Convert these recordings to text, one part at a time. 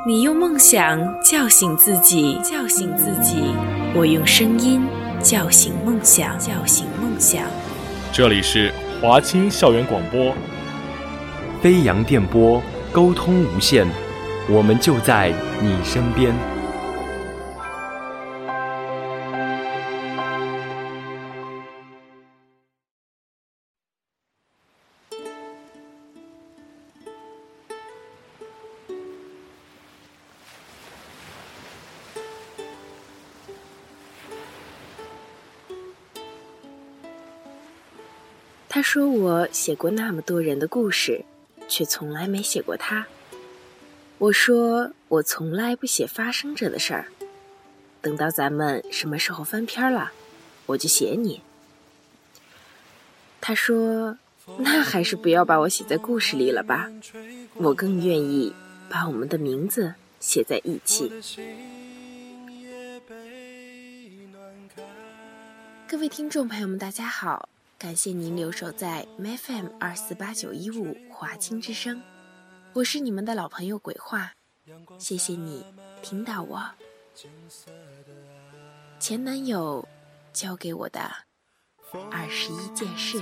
你用梦想叫醒自己，叫醒自己。我用声音叫醒梦想，叫醒梦想。 这里是华清校园广播， 飞扬电波，沟通无限，我们就在你身边。 他说我写过那么多人的故事，却从来没写过他。我说我从来不写发生着的事儿，等到咱们什么时候翻篇了，我就写你。他说那还是不要把我写在故事里了吧，我更愿意把我们的名字写在一起。各位听众朋友们大家好，感谢您留守在 FM24895 华清之声，我是你们的老朋友鬼话，谢谢你听到我。前男友教给我的21件事。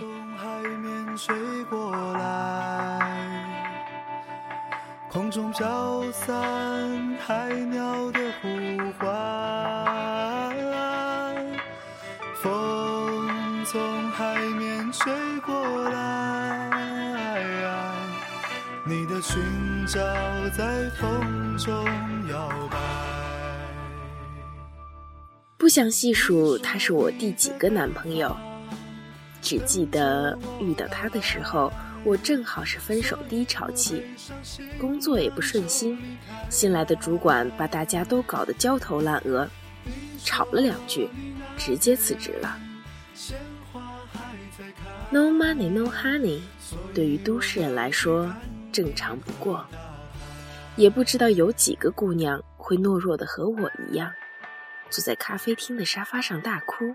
空中飘散海鸟的呼唤，风从海面吹过来，你的裙角在风中摇摆。 不想细数他是我第几个男朋友，只记得遇到他的时候，我正好是分手低潮期，工作也不顺心，新来的主管把大家都搞得焦头烂额，吵了2句直接辞职了。 No money no honey 对于都市人来说正常不过，也不知道有几个姑娘会懦弱的和我一样，坐在咖啡厅的沙发上大哭。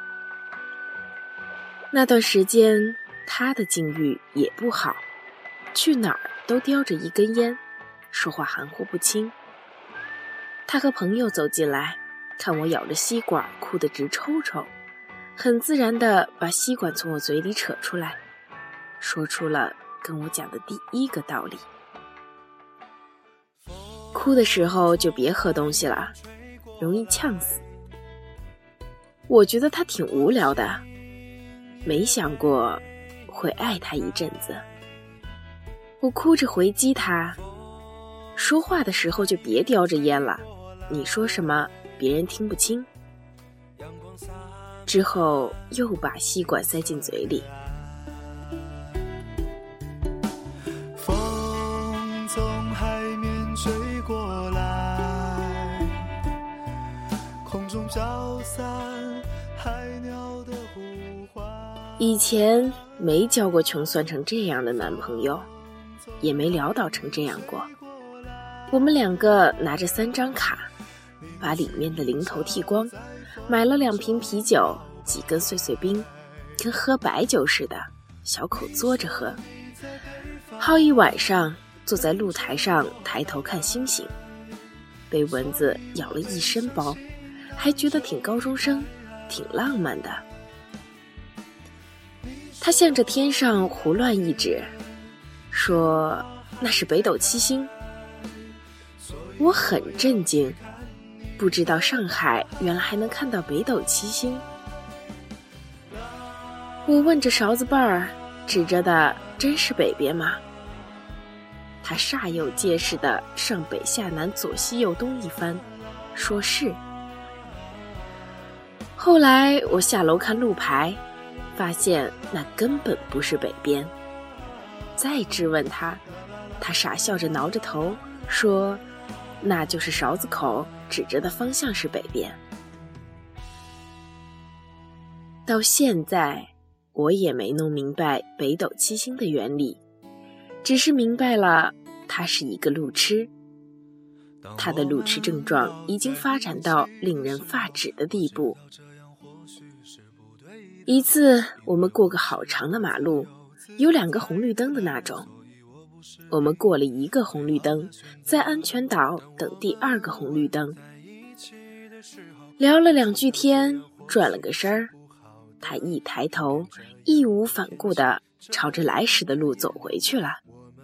那段时间他的境遇也不好，去哪儿都叼着一根烟，说话含糊不清。他和朋友走进来，看我咬着吸管哭得直抽抽，很自然地把吸管从我嘴里扯出来，说出了跟我讲的第一个道理：哭的时候就别喝东西了，容易呛死。我觉得他挺无聊的，没想过会爱他一阵子。我哭着回击他，说话的时候就别叼着烟了，你说什么别人听不清。之后又把吸管塞进嘴里。 风从海面吹过来，空中飘散海鸟的呼唤。 以前没交过穷酸成这样的男朋友，也没潦倒成这样过。我们2个拿着3张卡，把里面的零头剃光，买了2瓶啤酒，几根碎碎冰，跟喝白酒似的，小口嘬着喝，耗一晚上，坐在露台上抬头看星星，被蚊子咬了一身包，还觉得挺高中生，挺浪漫的。他向着天上胡乱一指，说那是北斗七星。我很震惊，不知道上海原来还能看到北斗七星。我问着勺子把儿，指着的真是北边吗？他煞有介事的上北下南左西右东一番，说是。后来我下楼看路牌，发现那根本不是北边。再质问他，他傻笑着挠着头说那就是勺子口指着的方向是北边。到现在我也没弄明白北斗七星的原理，只是明白了他是一个路痴。他的路痴症状已经发展到令人发指的地步。一次我们过个好长的马路，有2个红绿灯的那种， 我们过了一个红绿灯，在安全岛等第二个红绿灯。聊了2句天，转了个身儿，他一抬头，义无反顾地朝着来时的路走回去了。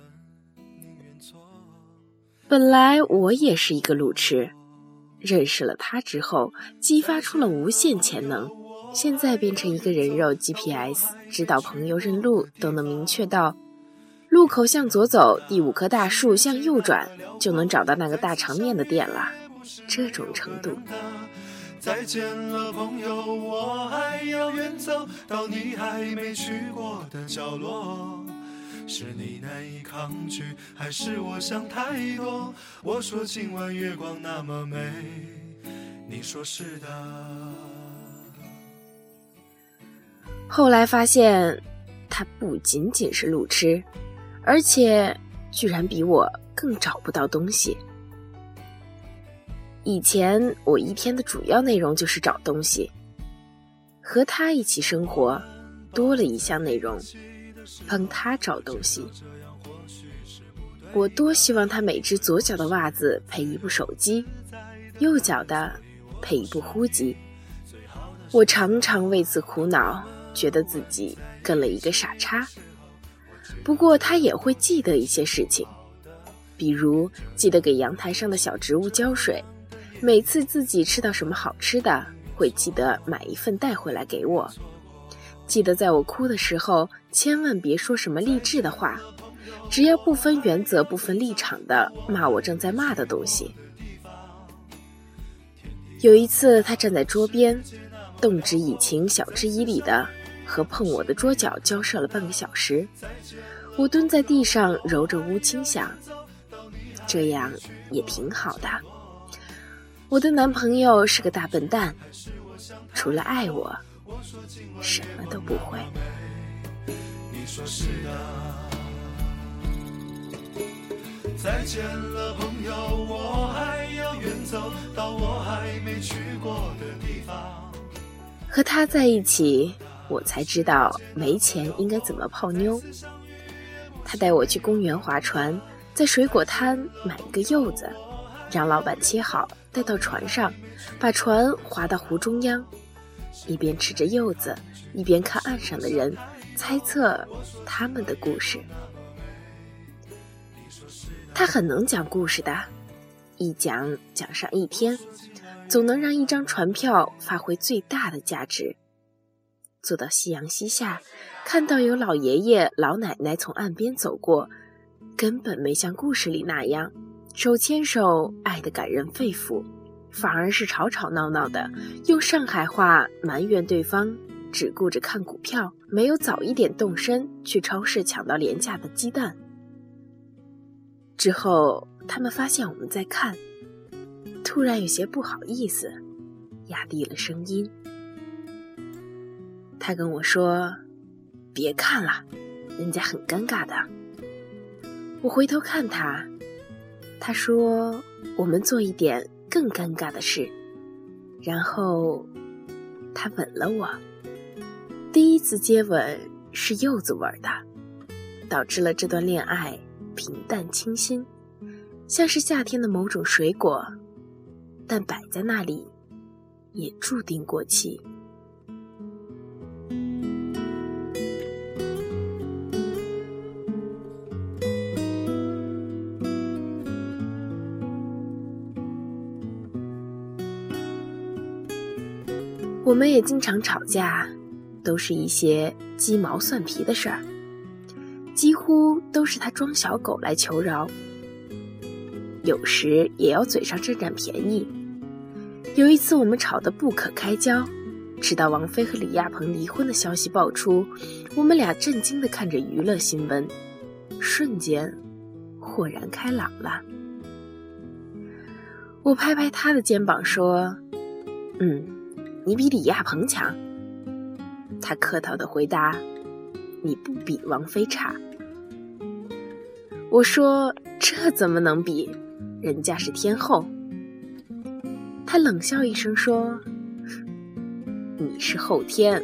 本来我也是一个路痴，认识了他之后，激发出了无限潜能，现在变成一个人肉 GPS， 知道朋友认路都能明确到路口向左走，第5棵大树向右转，就能找到那个大肠面的店了，这种程度。 再见了朋友，我还要远走到你还没去过的角落，是你难以抗拒，还是我想太多？我说今晚月光那么美，你说是的。 后来发现他不仅仅是路痴，而且居然比我更找不到东西。以前我一天的主要内容就是找东西，和他一起生活，多了一项内容，帮他找东西。我多希望他每只左脚的袜子配一部手机，右脚的配一部呼机。我常常为此苦恼，觉得自己跟了一个傻叉。不过他也会记得一些事情，比如记得给阳台上的小植物浇水，每次自己吃到什么好吃的，会记得买一份带回来给我。记得在我哭的时候，千万别说什么励志的话，只要不分原则不分立场的骂我正在骂的东西。有一次他站在桌边，动之以情晓之以理的和碰我的桌角交涉了半个小时。我蹲在地上揉着乌青想，这样也挺好的。我的男朋友是个大笨蛋，除了爱我，什么都不会。 你说是的。再见了朋友，我还要远走到我还没去过的地方。 和他在一起，我才知道没钱应该怎么泡妞。他带我去公园划船，在水果摊买一个柚子，让老板切好带到船上，把船划到湖中央，一边吃着柚子，一边看岸上的人，猜测他们的故事。他很能讲故事的，一讲讲上一天，总能让一张船票发挥最大的价值。坐到夕阳西下，看到有老爷爷老奶奶从岸边走过，根本没像故事里那样手牵手爱得感人肺腑，反而是吵吵闹闹的用上海话埋怨对方只顾着看股票，没有早一点动身去超市抢到廉价的鸡蛋。之后他们发现我们在看，突然有些不好意思，压低了声音。他跟我说，别看了，人家很尴尬的。我回头看他，他说我们做一点更尴尬的事，然后他吻了我。第一次接吻是柚子味的，导致了这段恋爱平淡清新，像是夏天的某种水果，但摆在那里也注定过期。我们也经常吵架，都是一些鸡毛蒜皮的事儿，几乎都是他装小狗来求饶，有时也要嘴上占占便宜。有一次我们吵得不可开交，直到王菲和李亚鹏离婚的消息爆出，我们俩震惊地看着娱乐新闻，瞬间豁然开朗了。我拍拍他的肩膀说，你比李亚鹏强。他客套地回答，你不比王菲差。我说，这怎么能比，人家是天后。他冷笑一声说，你是后天。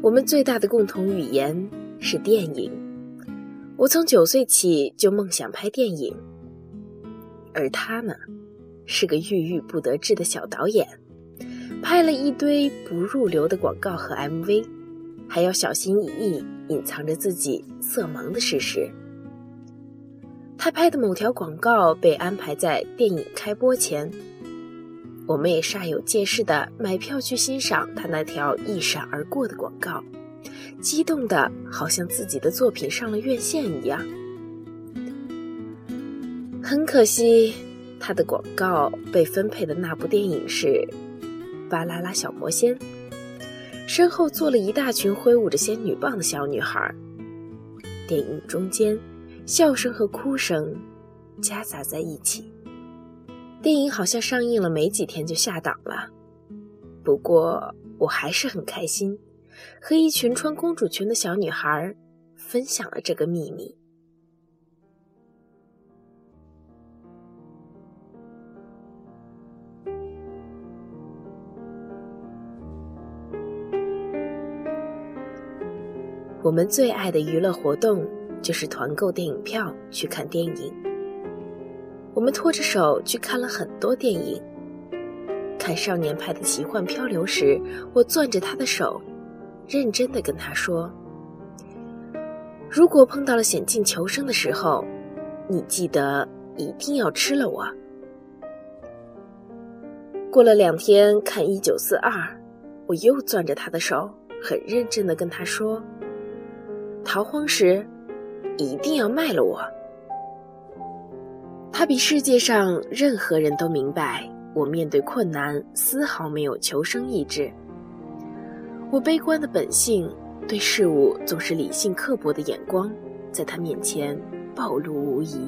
我们最大的共同语言是电影。我从9岁起就梦想拍电影，而他呢，是个郁郁不得志的小导演，拍了一堆不入流的广告和 MV， 还要小心翼翼隐藏着自己色盲的事实。他拍的某条广告被安排在电影开播前，我们也煞有介事地买票去欣赏他那条一闪而过的广告，激动的好像自己的作品上了院线一样。很可惜，他的广告被分配的那部电影是《巴啦啦小魔仙》，身后坐了一大群挥舞着仙女棒的小女孩。电影中间，笑声和哭声夹杂在一起。电影好像上映了没几天就下档了，不过我还是很开心，和一群穿公主裙的小女孩分享了这个秘密。我们最爱的娱乐活动就是团购电影票去看电影。我们拖着手去看了很多电影。看《少年派的奇幻漂流》时，我攥着他的手，认真地跟他说，如果碰到了险境求生的时候，你记得一定要吃了我。过了2天看《1942》，我又攥着他的手，很认真地跟他说，逃荒时一定要卖了我。他比世界上任何人都明白，我面对困难丝毫没有求生意志。我悲观的本性，对事物总是理性刻薄的眼光，在他面前暴露无遗。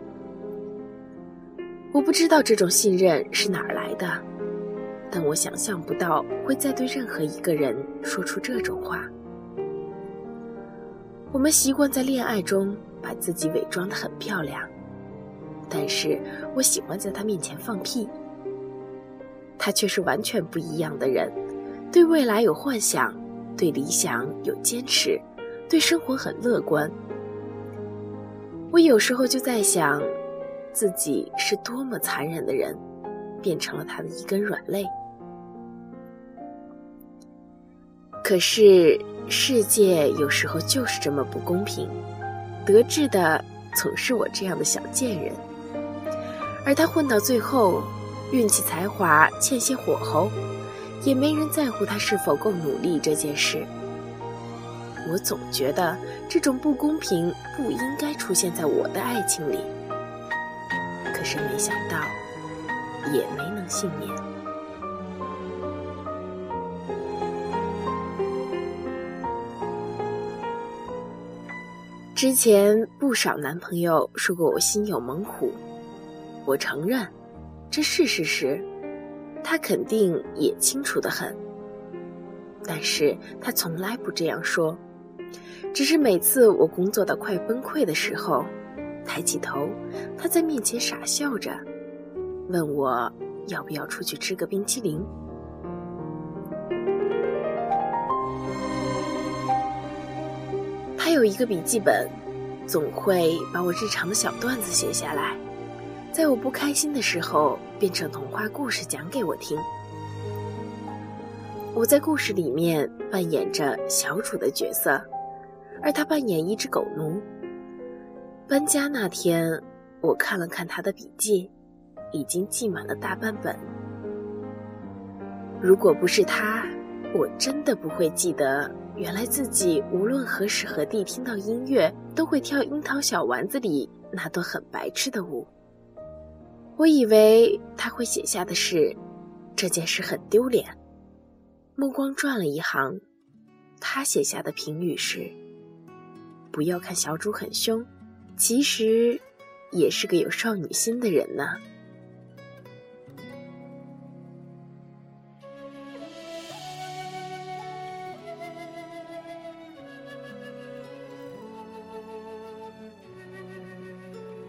我不知道这种信任是哪儿来的，但我想象不到会再对任何一个人说出这种话。我们习惯在恋爱中把自己伪装得很漂亮，但是我喜欢在他面前放屁。他却是完全不一样的人，对未来有幻想，对理想有坚持，对生活很乐观。我有时候就在想，自己是多么残忍的人，变成了他的一根软肋。可是世界有时候就是这么不公平，得志的总是我这样的小贱人，而他混到最后，运气才华欠些火候，也没人在乎他是否够努力这件事。我总觉得这种不公平不应该出现在我的爱情里，可是没想到也没能幸免。之前不少男朋友说过我心有猛虎，我承认这是事实，他肯定也清楚得很，但是他从来不这样说，只是每次我工作到快崩溃的时候，抬起头，他在面前傻笑着，问我要不要出去吃个冰淇淋。他有一个笔记本，总会把我日常的小段子写下来，在我不开心的时候变成童话故事讲给我听。我在故事里面扮演着小主的角色，而他扮演一只狗奴。搬家那天，我看了看他的笔记，已经记满了大半本。如果不是他，我真的不会记得原来自己无论何时何地听到音乐都会跳樱桃小丸子里那段很白痴的舞。我以为他会写下的是这件事很丢脸，目光转了一行，他写下的评语是不要看小主很凶，其实也是个有少女心的人呢。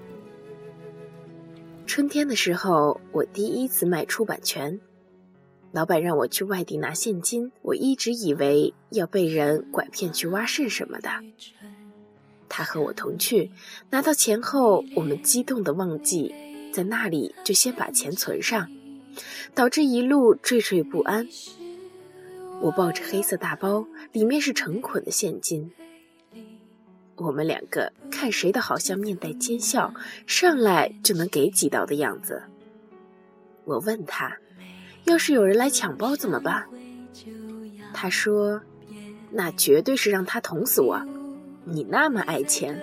春天的时候，我第一次卖出版权。 老板让我去外地拿现金，我一直以为要被人拐骗去挖肾什么的。他和我同去，拿到钱后，我们激动地忘记在那里就先把钱存上，导致一路惴惴不安。我抱着黑色大包，里面是成捆的现金。我们两个看谁的好像面带奸笑，上来就能给几刀的样子。我问他，要是有人来抢包怎么办？他说，那绝对是让他捅死我，你那么爱钱。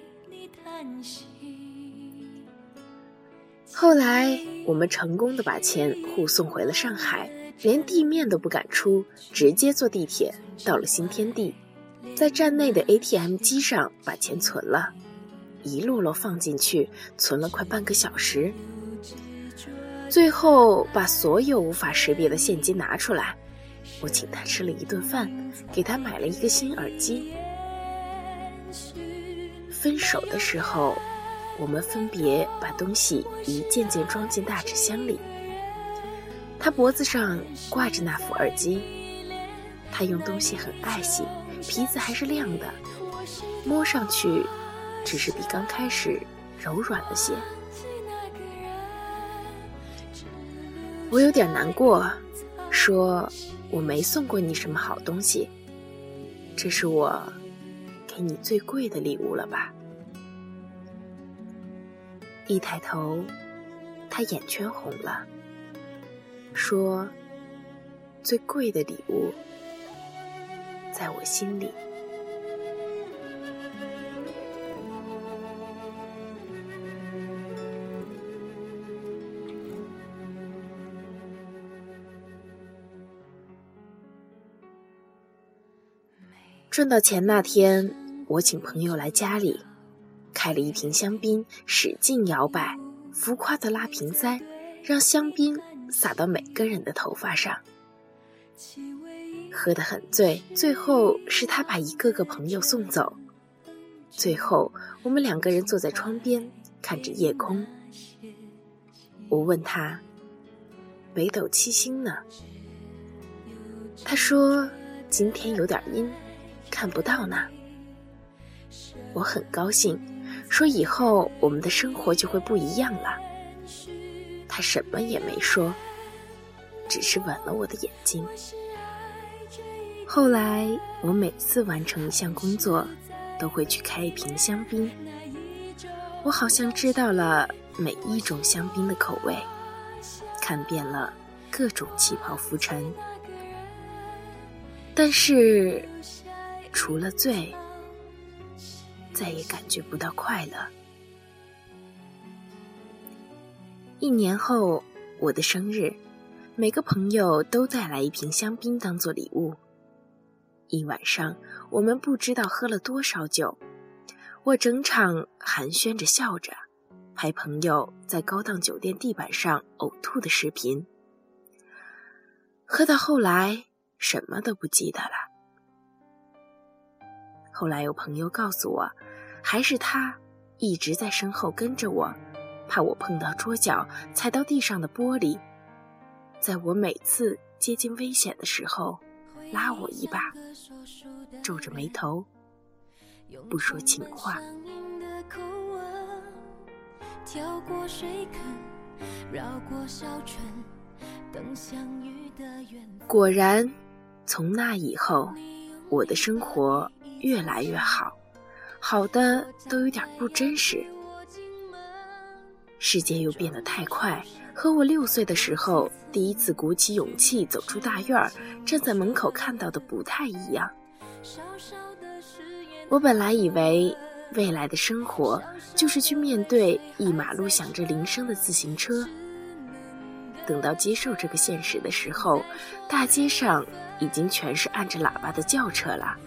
后来我们成功地把钱护送回了上海，连地面都不敢出，直接坐地铁到了新天地，在站内的 ATM 机上把钱存了，一摞摞放进去，存了快半个小时。最后把所有无法识别的现金拿出来，我请他吃了一顿饭，给他买了一个新耳机。分手的时候，我们分别把东西一件件装进大纸箱里。他脖子上挂着那副耳机，他用东西很爱惜，皮子还是亮的，摸上去只是比刚开始柔软了些。我有点难过，说我没送过你什么好东西，这是我给你最贵的礼物了吧？一抬头，他眼圈红了，说最贵的礼物在我心里。赚到钱那天，我请朋友来家里，开了一瓶香槟，使劲摇摆，浮夸的拉瓶塞，让香槟洒到每个人的头发上。喝得很醉，最后是他把一个个朋友送走。最后我们两个人坐在窗边，看着夜空。我问他，北斗七星呢？他说今天有点阴，看不到呢。我很高兴，说以后我们的生活就会不一样了。他什么也没说，只是吻了我的眼睛。后来我每次完成一项工作，都会去开一瓶香槟。我好像知道了每一种香槟的口味，看遍了各种旗袍浮沉，但是除了醉，再也感觉不到快乐。1年后，我的生日，每个朋友都带来一瓶香槟当作礼物。一晚上，我们不知道喝了多少酒，我整场寒暄着笑着，拍朋友在高档酒店地板上呕吐的视频。喝到后来，什么都不记得了。后来有朋友告诉我，还是他一直在身后跟着我，怕我碰到桌角，踩到地上的玻璃，在我每次接近危险的时候拉我一把，皱着眉头不说情话。跳过水坑，绕过小村，等相遇的缘。果然从那以后，我的生活越来越好，好的都有点不真实。世界又变得太快，和我6岁的时候第一次鼓起勇气走出大院，站在门口看到的不太一样。我本来以为未来的生活就是去面对一马路响着铃声的自行车，等到接受这个现实的时候，大街上已经全是按着喇叭的轿车了。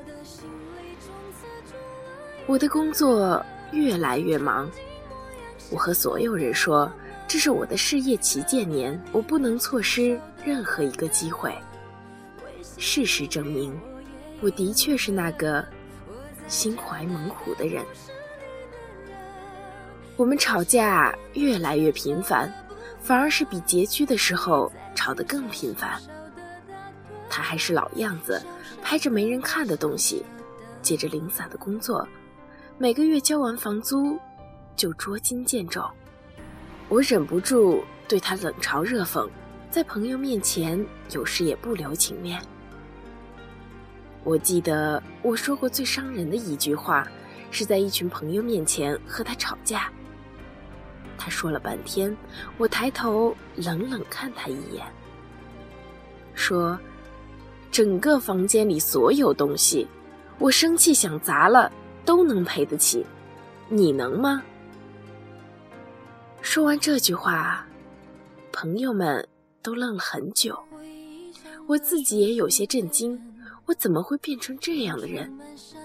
我的工作越来越忙，我和所有人说，这是我的事业旗舰年，我不能错失任何一个机会。事实证明，我的确是那个心怀猛虎的人。我们吵架越来越频繁，反而是比拮据的时候吵得更频繁。他还是老样子，拍着没人看的东西，接着零散的工作，每个月交完房租就捉襟见肘。我忍不住对他冷嘲热讽，在朋友面前有时也不留情面。我记得我说过最伤人的一句话，是在一群朋友面前和他吵架。他说了半天，我抬头冷冷看他一眼，说整个房间里所有东西，我生气想砸了都能赔得起，你能吗？说完这句话，朋友们都愣了很久，我自己也有些震惊，我怎么会变成这样的人？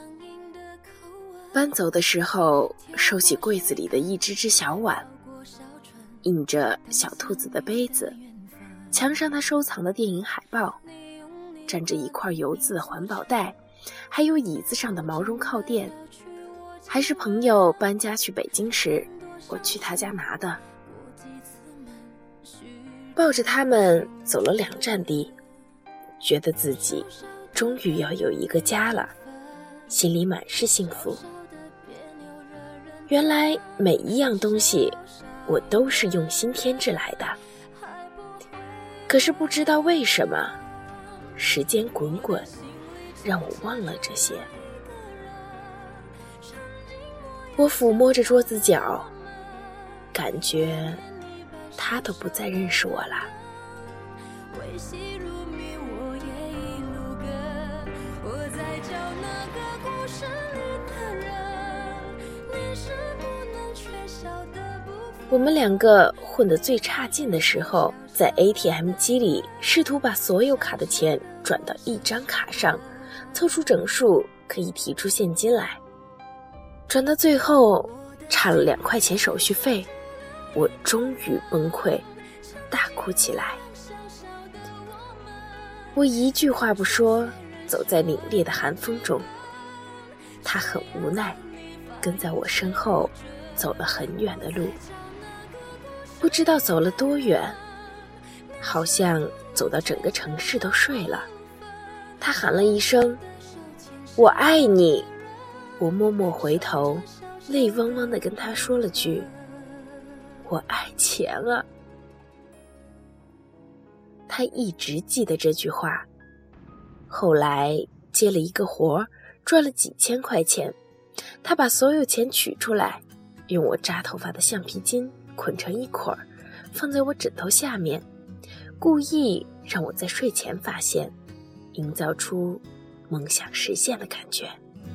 搬走的时候，收起柜子里的一只只小碗，印着小兔子的杯子，墙上他收藏的电影海报，沾着一块油渍的环保袋，还有椅子上的毛绒靠垫，还是朋友搬家去北京时我去他家拿的。抱着他们走了2站地，觉得自己终于要有一个家了，心里满是幸福。原来每一样东西我都是用心添置来的，可是不知道为什么，时间滚滚，让我忘了这些。我抚摸着桌子角，感觉他都不再认识我了。 为戏如迷，我也一路跟，我在教那个故事里的人，你是不能缺少的部分。 我们2个混得最差劲的时候，在 ATM 机里试图把所有卡的钱转到一张卡上，凑出整数可以提出现金来。转到最后差了2块钱手续费，我终于崩溃，大哭起来。我一句话不说，走在凛冽的寒风中，他很无奈，跟在我身后走了很远的路，不知道走了多远，好像走到整个城市都睡了。他喊了一声我爱你，我默默回头，泪汪汪地跟他说了句我爱钱啊。他一直记得这句话，后来接了一个活，赚了几千块钱，他把所有钱取出来，用我扎头发的橡皮筋捆成一捆，放在我枕头下面，故意让我在睡前发现，营造出梦想实现的感觉。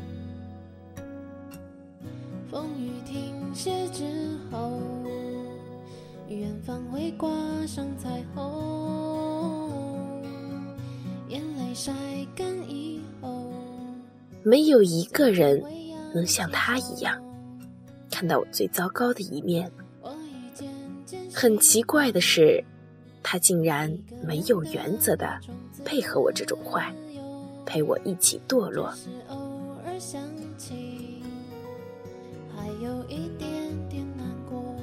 风雨停歇之后，远方会挂上彩虹，眼泪晒干以后， 没有一个人能像他一样看到我最糟糕的一面。很奇怪的是，他竟然没有原则的配合我这种坏，陪我一起堕落。 还有一点点难过。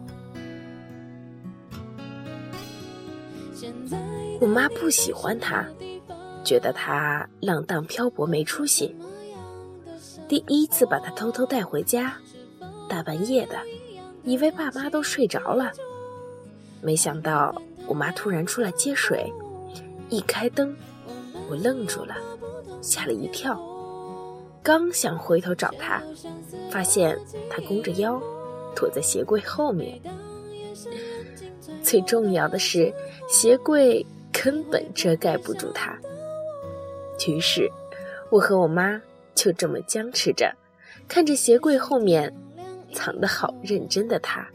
我妈不喜欢他，觉得他浪荡漂泊没出息。第一次把他偷偷带回家，大半夜的，以为爸妈都睡着了，没想到我妈突然出来接水，一开灯，我愣住了，吓了一跳，刚想回头找他，发现他弓着腰躲在鞋柜后面。最重要的是，鞋柜根本遮盖不住他。于是我和我妈就这么僵持着，看着鞋柜后面藏得好认真的他。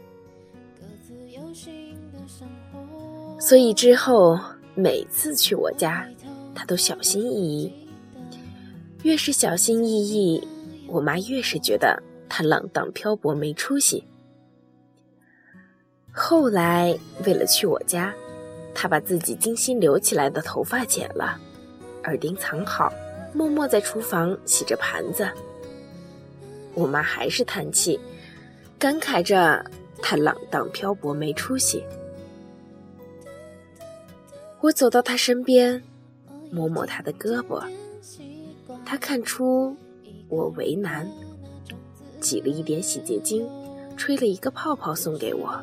所以之后每次去我家，他都小心翼翼。越是小心翼翼，我妈越是觉得他浪荡漂泊没出息。后来为了去我家，他把自己精心留起来的头发剪了，耳钉藏好，默默在厨房洗着盘子。我妈还是叹气，感慨着他浪荡漂泊没出息。 我走到他身边，摸摸他的胳膊，他看出我为难，挤了一点洗洁精，吹了一个泡泡送给我。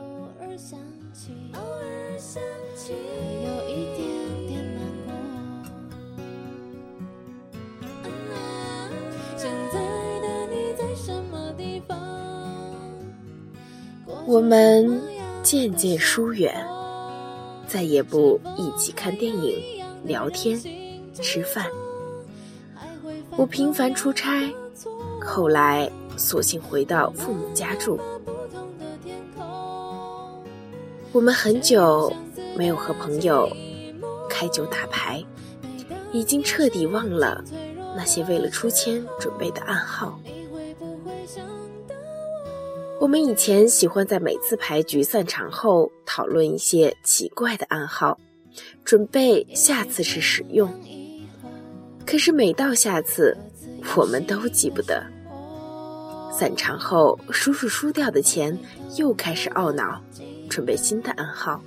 我们渐渐疏远，再也不一起看电影、聊天、吃饭。我频繁出差，后来索性回到父母家住。我们很久没有和朋友开酒打牌，已经彻底忘了那些为了出签准备的暗号。我们以前喜欢在每次牌局散场后讨论一些奇怪的暗号，准备下次时使用。可是每到下次，我们都记不得。散场后数数输掉的钱，又开始懊恼，准备新的暗号。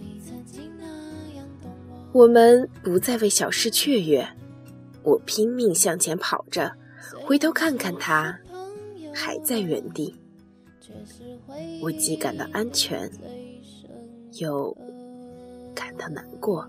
我们不再为小事雀跃，我拼命向前跑着，回头看看他，还在原地。我既感到安全，又感到难过。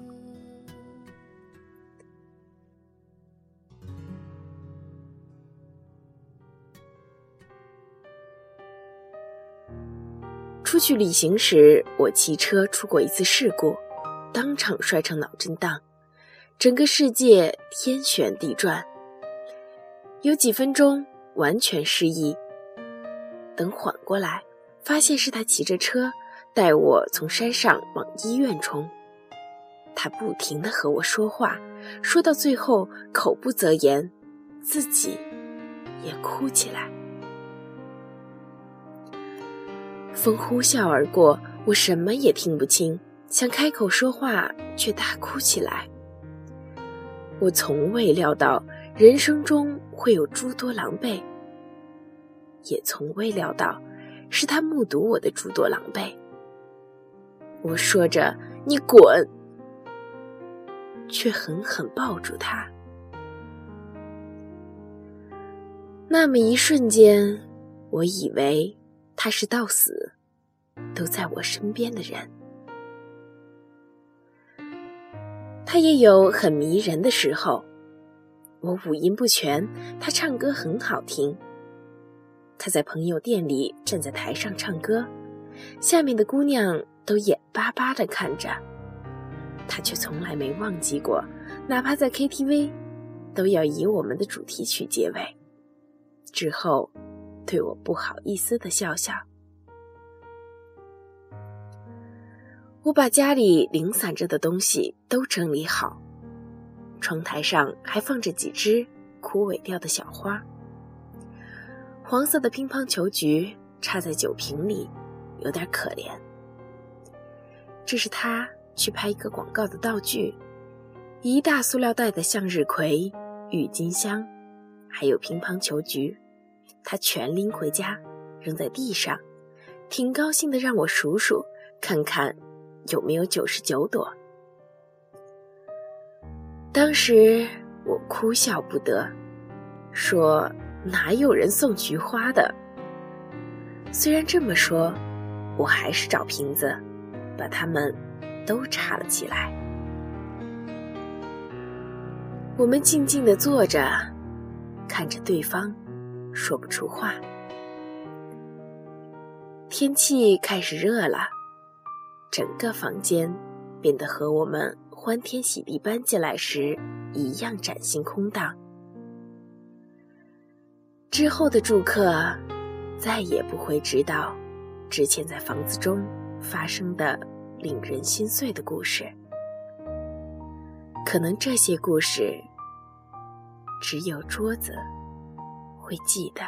出去旅行时，我骑车出过一次事故，当场摔成脑震荡，整个世界天旋地转，有几分钟完全失忆。等缓过来，发现是他骑着车带我从山上往医院冲。他不停地和我说话，说到最后口不择言，自己也哭起来。风呼啸而过，我什么也听不清，想开口说话却大哭起来。我从未料到人生中会有诸多狼狈，也从未料到是他目睹我的诸多狼狈。我说着你滚，却狠狠抱住他。那么一瞬间，我以为他是到死都在我身边的人。他也有很迷人的时候，我五音不全，他唱歌很好听。他在朋友店里站在台上唱歌，下面的姑娘都眼巴巴地看着，他却从来没忘记过，哪怕在 KTV 都要以我们的主题曲结尾，之后对我不好意思地笑笑。我把家里零散着的东西都整理好，窗台上还放着几只枯萎掉的小花，黄色的乒乓球菊插在酒瓶里，有点可怜。这是他去拍一个广告的道具，一大塑料袋的向日葵、郁金香还有乒乓球菊，他全拎回家扔在地上，挺高兴的让我数数看看有没有99朵。当时我哭笑不得，说哪有人送菊花的。虽然这么说，我还是找瓶子把它们都插了起来。我们静静地坐着，看着对方，说不出话。天气开始热了，整个房间变得和我们欢天喜地搬进来时一样崭新空荡。之后的住客再也不会知道之前在房子中发生的令人心碎的故事，可能这些故事只有桌子会记得。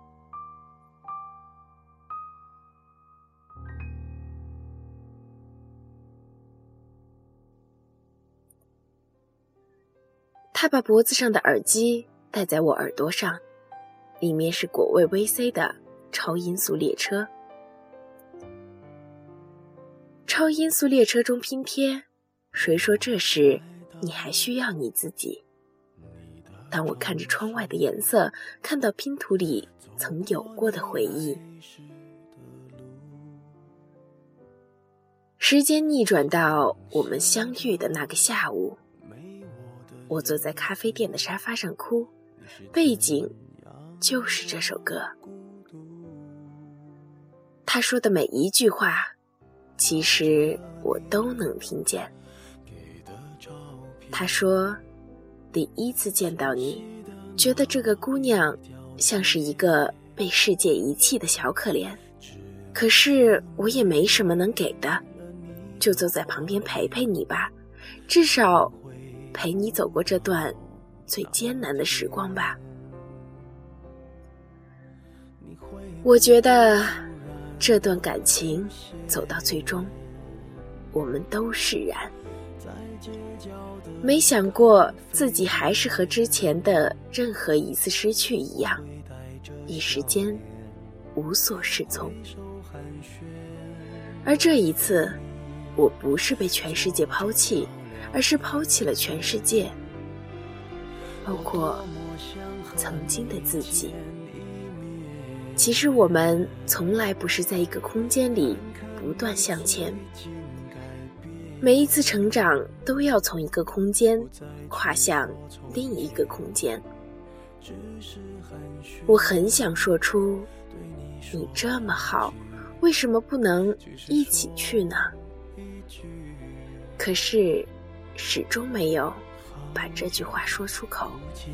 他把脖子上的耳机戴在我耳朵上，里面是果味 VC 的超音速列车。超音速列车中拼贴谁说这时你还需要你自己？当我看着窗外的颜色，看到拼图里曾有过的回忆。时间逆转到我们相遇的那个下午，我坐在咖啡店的沙发上哭，背景就是这首歌。他说的每一句话，其实我都能听见。他说，第一次见到你，觉得这个姑娘像是一个被世界遗弃的小可怜，可是我也没什么能给的，就坐在旁边陪陪你吧，至少陪你走过这段最艰难的时光吧。我觉得这段感情走到最终，我们都释然，没想过自己还是和之前的任何一次失去一样，一时间无所适从。而这一次，我不是被全世界抛弃，而是抛弃了全世界，包括曾经的自己。其实我们从来不是在一个空间里不断向前，每一次成长都要从一个空间跨向另一个空间。我很想说出，你这么好，为什么不能一起去呢？可是始终没有把这句话说出口。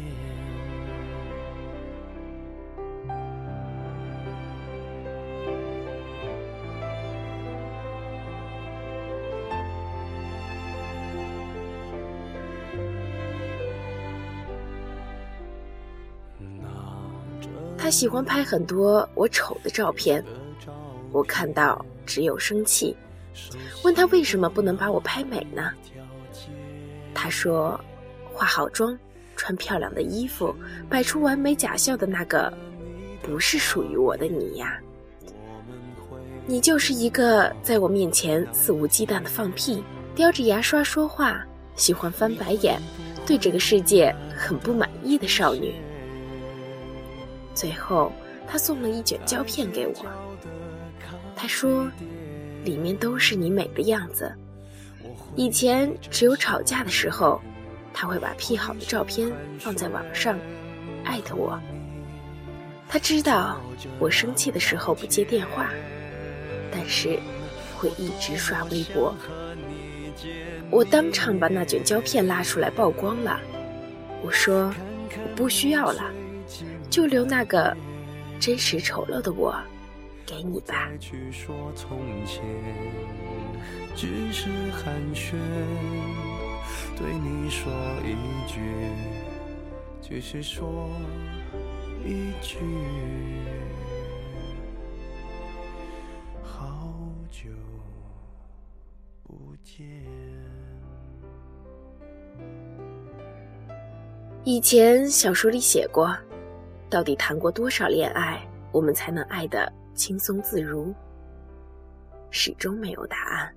他喜欢拍很多我丑的照片，我看到只有生气，问他为什么不能把我拍美呢？他说，化好妆，穿漂亮的衣服，摆出完美假笑的那个，不是属于我的你呀。你就是一个在我面前肆无忌惮的放屁，叼着牙刷说话，喜欢翻白眼，对这个世界很不满意的少女。最后他送了一卷胶片给我，他说里面都是你美的样子。以前只有吵架的时候，他会把 P 好的照片放在网上艾特我。他知道我生气的时候不接电话，但是会一直刷微博。我当场把那卷胶片拉出来曝光了，我说我不需要了，就留那个真实丑陋的我给你吧。 只是寒暄，对你说一句，只是说一句，好久不见。 以前小说里写过，到底谈过多少恋爱，我们才能爱得轻松自如？始终没有答案。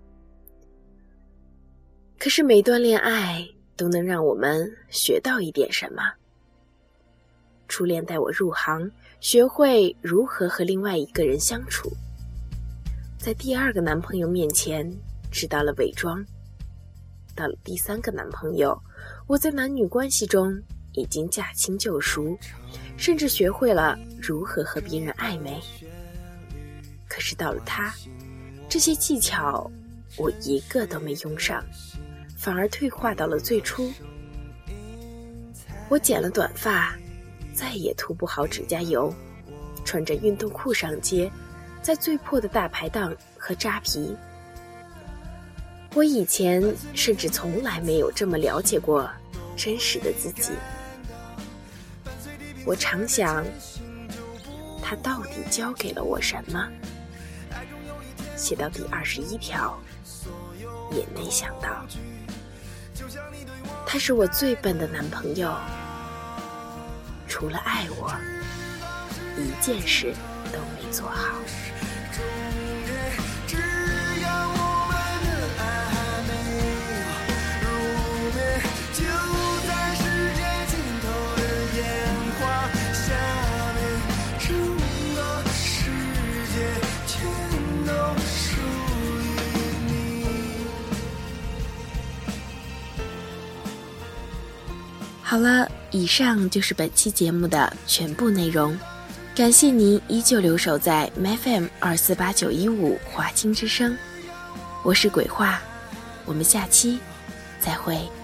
可是每段恋爱都能让我们学到一点什么。初恋带我入行，学会如何和另外一个人相处。在第二个男朋友面前知道了伪装。到了第三个男朋友，我在男女关系中已经驾轻就熟，甚至学会了如何和别人暧昧。可是到了他，这些技巧我一个都没用上，反而退化到了最初。我剪了短发，再也涂不好指甲油，穿着运动裤上街，在最破的大排档和扎皮。我以前甚至从来没有这么了解过真实的自己。我常想，他到底教给了我什么？写到第21条，也没想到，他是我最笨的男朋友，除了爱我，一件事都没做好。 只要我们的爱还没好了，以上就是本期节目的全部内容，感谢您依旧留守在 FM248915 华清之声，我是鬼话，我们下期再会。